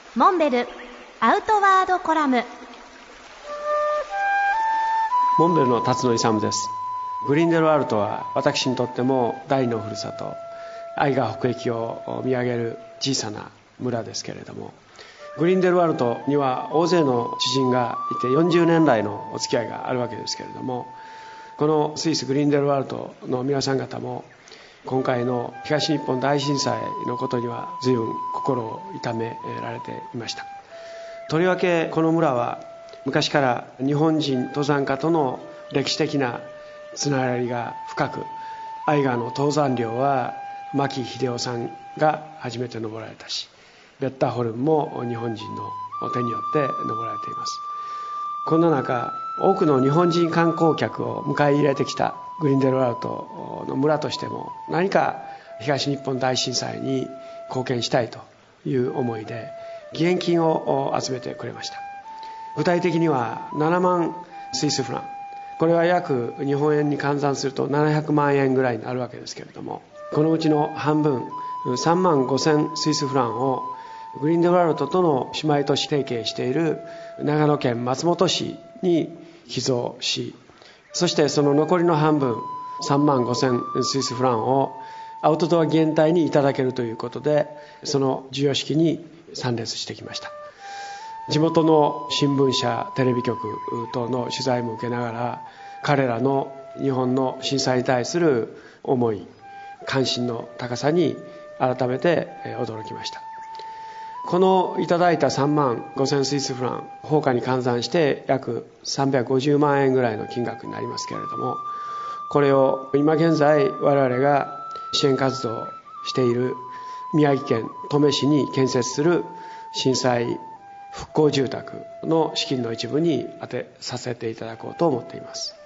モンベルアウトワードコラム。 モンベルの辰野勇です。グリンデルワルトは私にとっても第二のふるさと、愛河北駅を見上げる小さな村ですけれども、グリンデルワルトには大勢の知人がいて40年来のお付き合いがあるわけですけれども、このスイスグリンデルワルトの皆さん方も今回の東日本大震災のことには随分心を痛められていました。とりわけこの村は昔から日本人登山家との歴史的なつながりが深く、愛河の登山料は牧秀夫さんが初めて登られたし、ベッターホルンも日本人の手によって登られています。こんな中、多くの日本人観光客を迎え入れてきたグリンデルワルトの村としても、何か東日本大震災に貢献したいという思いで義援金を集めてくれました。具体的には7万スイスフラン、これは約日本円に換算すると700万円ぐらいになるわけですけれども、このうちの半分3万5000スイスフランをグリンデルワルトとの姉妹都市提携している長野県松本市に寄贈し、そしてその残りの半分3万5000スイスフランをアウトドア義援隊にいただけるということで、その授与式に参列してきました。地元の新聞社、テレビ局等の取材も受けながら、彼らの日本の震災に対する思い、関心の高さに改めて驚きました。このいただいた3万5000スイスフラン、法価に換算して約350万円ぐらいの金額になりますけれども、これを今現在我々が支援活動している宮城県登米市に建設する震災復興住宅の資金の一部に充てさせていただこうと思っています。